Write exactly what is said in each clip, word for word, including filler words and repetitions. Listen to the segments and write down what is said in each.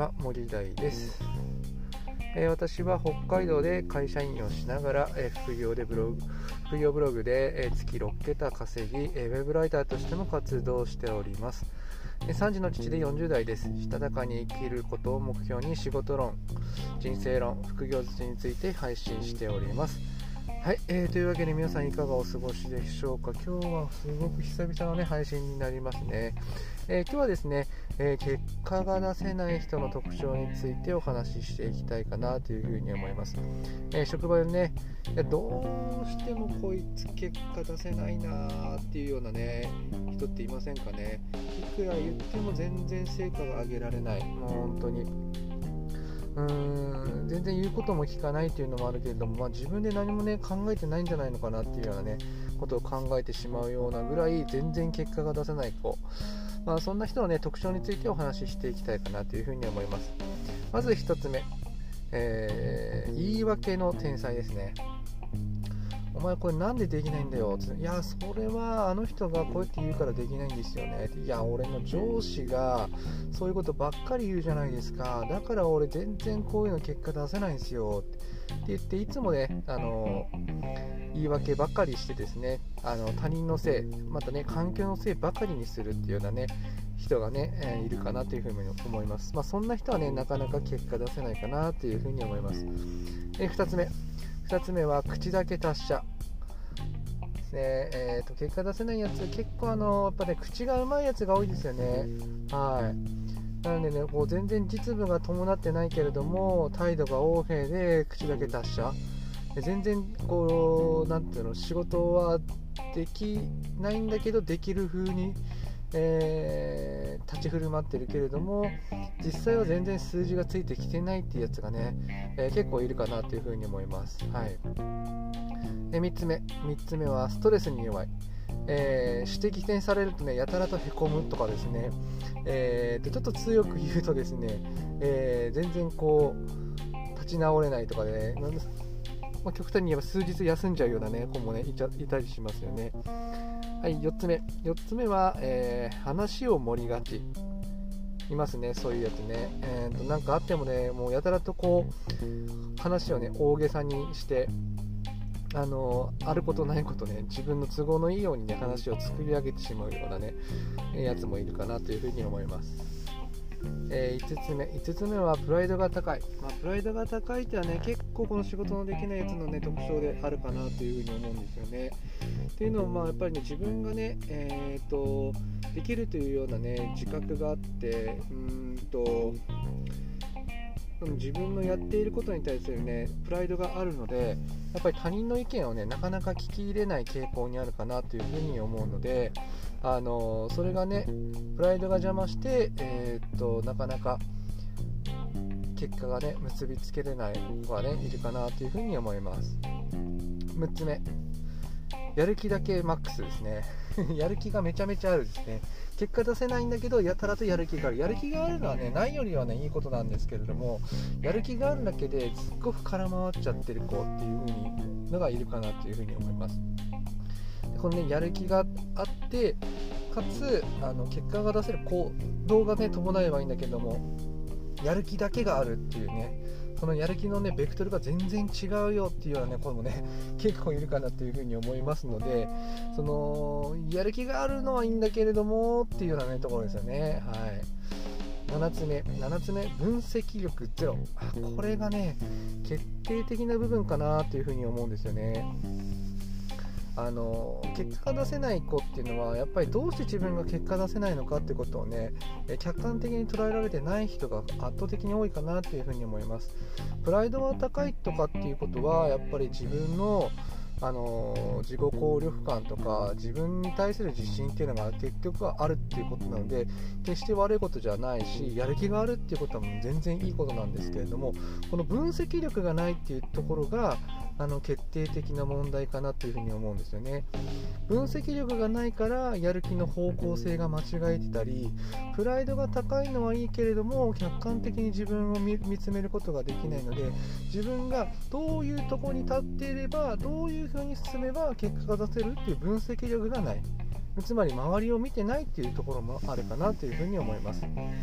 は、森大です。えー、私は北海道で会社員をしながら、えー、副業でブログ副業ブログで、えー、月ろくけた稼ぎ、えー、ウェブライターとしても活動しております。えー、さんじの父でよんじゅう代です。したたかに生きることを目標に仕事論、人生論、副業術について配信しております。はい、えー、というわけで皆さんいかがお過ごしでしょうか。今日はすごく久々の、ね、配信になりますね。えー、今日はですね、えー、結果が出せない人の特徴についてお話ししていきたいかなというふうに思います。えー、職場でね、いやどうしてもこいつ結果出せないなっていうようなね人っていませんかね。いくら言っても全然成果が上げられない。もう本当にうーん全然言うことも聞かないというのもあるけれども、まあ、自分で何もね考えてないんじゃないのかなっていうようなねことを考えてしまうようなぐらい全然結果が出せない子、まあ、そんな人のね特徴についてお話ししていきたいかなというふうに思います。まず一つ目、えー、言い訳の天才ですね。お前これなんでできないんだよ。いやそれはあの人がこうやって言うからできないんですよね。いや俺の上司がそういうことばっかり言うじゃないですか。だから俺全然こういうの結果出せないんですよって言って、いつもねあの言い訳ばっかりしてですね、あの他人のせい、またね環境のせいばかりにするっていうようなね人がね、えー、いるかなというふうに思います。まあ、そんな人はねなかなか結果出せないかなというふうに思います。えー、ふたつめふたつめは口だけ達者ですね。えー、と結果出せないやつ結構あのやっぱね口がうまいやつが多いですよね。はいなのでねこう全然実務が伴ってないけれども態度が横柄で口だけ達者、全然こうなんていうの仕事はできないんだけどできる風にえー、立ち振る舞ってるけれども実際は全然数字がついてきてないっていうやつがね、えー、結構いるかなというふうに思います。はい。でみっつめみっつめはストレスに弱い、えー、指摘点されるとねやたらとへこむとかですね、えー、でちょっと強く言うとですね、えー、全然こう立ち直れないとかで、ね、まあ、極端に言えば数日休んじゃうようなね子もね い, ちゃいたりしますよね。はい、よっつめよっつめは、えー、話を盛りがちいますね。そういうやつね、えー、となんかあってもねもうやたらとこう話をね大げさにしてあのあることないことね自分の都合のいいようにね話を作り上げてしまうようなねやつもいるかなというふうに思います。えー、いつつめいつつめはプライドが高い、まあ、プライドが高いってのはね結構この仕事のできないやつのね特徴であるかなというふうに思うんですよね。っていうのはまあやっぱりね自分がね、えー、とできるというようなね自覚があってうーんと自分のやっていることに対するねプライドがあるのでやっぱり他人の意見をねなかなか聞き入れない傾向にあるかなというふうに思うので、あのそれがねプライドが邪魔して、えー、っとなかなか結果がね結びつけれない子がねいるかなというふうに思います。むっつめやる気だけマックスですねやる気がめちゃめちゃあるですね。結果出せないんだけどやたらとやる気がある。やる気があるのはねないよりはねいいことなんですけれども、やる気があるだけですっごく空回っちゃってる子っていう風にのがいるかなという風に思います。でこのねやる気があってかつあの結果が出せる行動がね伴えばいいんだけども、やる気だけがあるっていうねそのやる気のねベクトルが全然違うよっていうようなね子もね結構いるかなというふうに思いますので、そのやる気があるのはいいんだけれどもっていうようなねところですよね。はい。ななつめななつめ分析力ゼロ、これがね決定的な部分かなというふうに思うんですよね。あの結果が出せない子っていうのはやっぱりどうして自分が結果出せないのかってことをね客観的に捉えられてない人が圧倒的に多いかなというふうに思います。プライドが高いとかっていうことはやっぱり自分のあの自己効力感とか自分に対する自信っていうのが結局はあるっていうことなので決して悪いことじゃないし、やる気があるっていうことは全然いいことなんですけれども、この分析力がないっていうところがあの決定的な問題かなというふうに思うんですよね。分析力がないからやる気の方向性が間違えてたり、プライドが高いのはいいけれども客観的に自分を 見, 見つめることができないので、自分がどういうところに立っていればどういうふうに進めば結果が出せるっていう分析力がない、つまり周りを見てないっていうところもあるかなというふうに思います。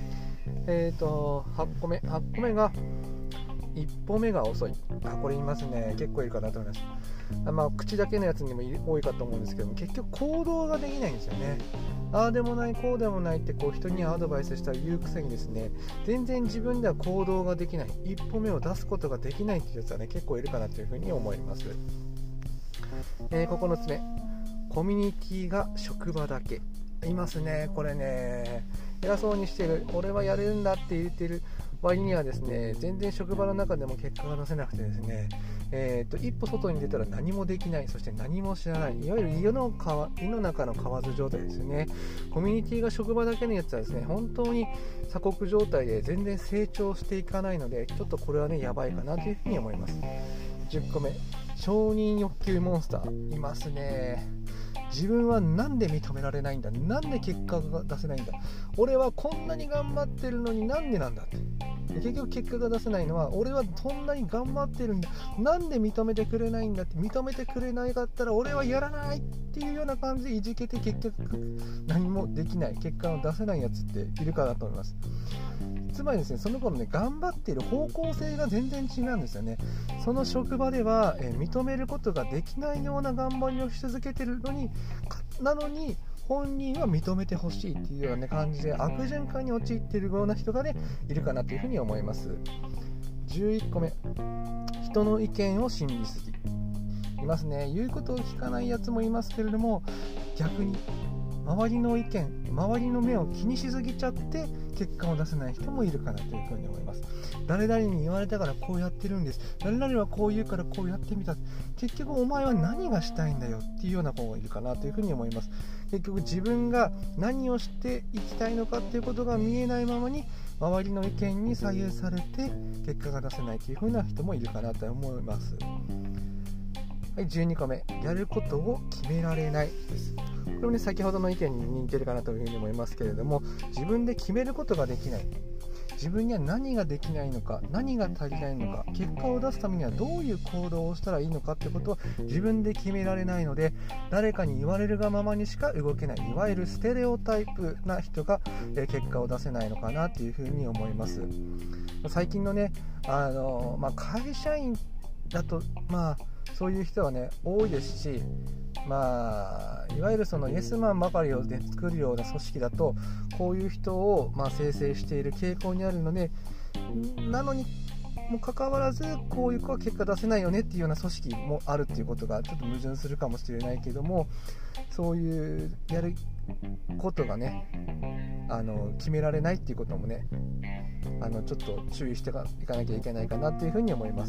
えーとはちこめはちこめが一歩目が遅い。あ、これ言いますね。結構いるかなと思います。あ、まあ、口だけのやつにも多いかと思うんですけども、結局行動ができないんですよね。ああでもないこうでもないってこう人にアドバイスしたら言うくせにですね、全然自分では行動ができない、一歩目を出すことができないっていうやつはね、結構いるかなというふうに思います。えー、ここのつめ、コミュニティが職場だけ。いますね。これね、偉そうにしてる、俺はやれるんだって言ってる割にはですね、全然職場の中でも結果が出せなくてですね、えー、と一歩外に出たら何もできない、そして何も知らない、いわゆる胃の川、胃の中の蛙状態ですよね。コミュニティが職場だけのやつはですね、本当に鎖国状態で全然成長していかないので、ちょっとこれはね、やばいかなというふうに思います。じゅっこめ、承認欲求モンスター。いますね。自分はなんで認められないんだ、なんで結果が出せないんだ、俺はこんなに頑張ってるのになんでなんだって。結局結果が出せないのは、俺はそんなに頑張ってるんだ、なんで認めてくれないんだって、認めてくれなかったら俺はやらないっていうような感じでいじけて、結局何もできない、結果を出せないやつっているかなと思います。つまりですね、その子のね、頑張っている方向性が全然違うんですよね。その職場では、えー、認めることができないような頑張りをし続けているのに、なのに本人は認めてほしいっていうような、ね、感じで悪循環に陥っているような人がね、いるかなというふうに思います。じゅういっこめ、人の意見を信じすぎ。いますね。言うことを聞かないやつもいますけれども、逆に周りの意見、周りの目を気にしすぎちゃって結果を出せない人もいるかなというふうに思います。誰々に言われたからこうやってるんです、誰々はこう言うからこうやってみた、結局お前は何がしたいんだよっていうような子がいるかなというふうに思います。結局自分が何をしていきたいのかっていうことが見えないままに、周りの意見に左右されて結果が出せないというふうな人もいるかなと思います。はい、じゅうにこめ、やることを決められないです。これもね、先ほどの意見に似てるかなというふうに思いますけれども、自分で決めることができない、自分には何ができないのか、何が足りないのか、結果を出すためにはどういう行動をしたらいいのかということを自分で決められないので、誰かに言われるがままにしか動けない、いわゆるステレオタイプな人が結果を出せないのかなというふうに思います。最近のね、あの、まあ、会社員だと、まあそういう人はね、多いですし、まあ、いわゆるそのイエスマンばかりを、ね、作るような組織だと、こういう人を、まあ、生成している傾向にあるので、なのにもかかわらずこういう子は結果出せないよねっていうような組織もあるっていうことがちょっと矛盾するかもしれないけども、そういうやることがね、あの決められないっていうこともね、あのちょっと注意していかなきゃいけないかなっていうふうに思います。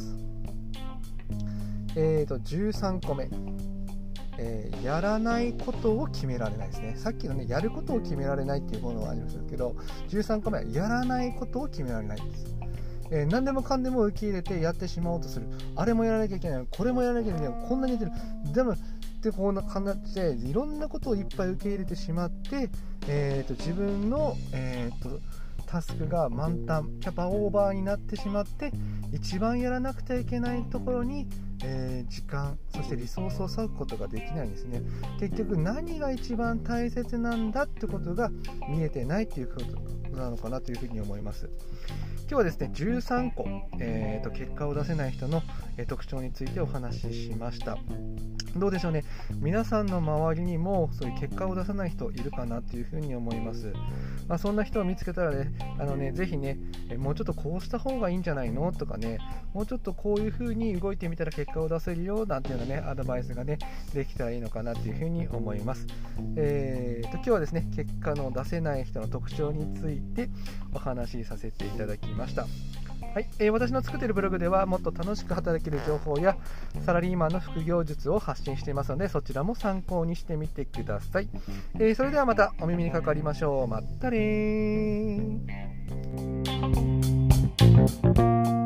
えーとじゅうさんこめ、えー、やらないことを決められないですね。さっきのね、やることを決められないっていうものがありますけど、じゅうさんこめはやらないことを決められないです。えー、何でもかんでも受け入れてやってしまおうとする、あれもやらなきゃいけない、これもやらなきゃいけない、こんなに言ってる、でもでこんな感じでいろんなことをいっぱい受け入れてしまって、えー、と自分の、えー、とタスクが満タン、キャパオーバーになってしまって、一番やらなくてはいけないところに、えー、時間、そしてリソースを割くことができないんですね。結局何が一番大切なんだってことが見えてないっていうことなのかなというふうに思います。今日はですね、じゅうさんこ、えー、と結果を出せない人の、えー、特徴についてお話ししました。どうでしょうね、皆さんの周りにもそういう結果を出さない人いるかなというふうに思います。まあ、そんな人を見つけたらね、あのねぜひね、えもうちょっとこうした方がいいんじゃないのとかね、もうちょっとこういうふうに動いてみたら結果を出せるよなんていうようなね、アドバイスがねできたらいいのかなというふうに思います。えー、と今日はですね、結果の出せない人の特徴についてお話しさせていただきました。はい、えー、私の作っているブログではもっと楽しく働ける情報やサラリーマンの副業術を発信していますので、そちらも参考にしてみてください。えー、それではまたお耳にかかりましょう。まったねー。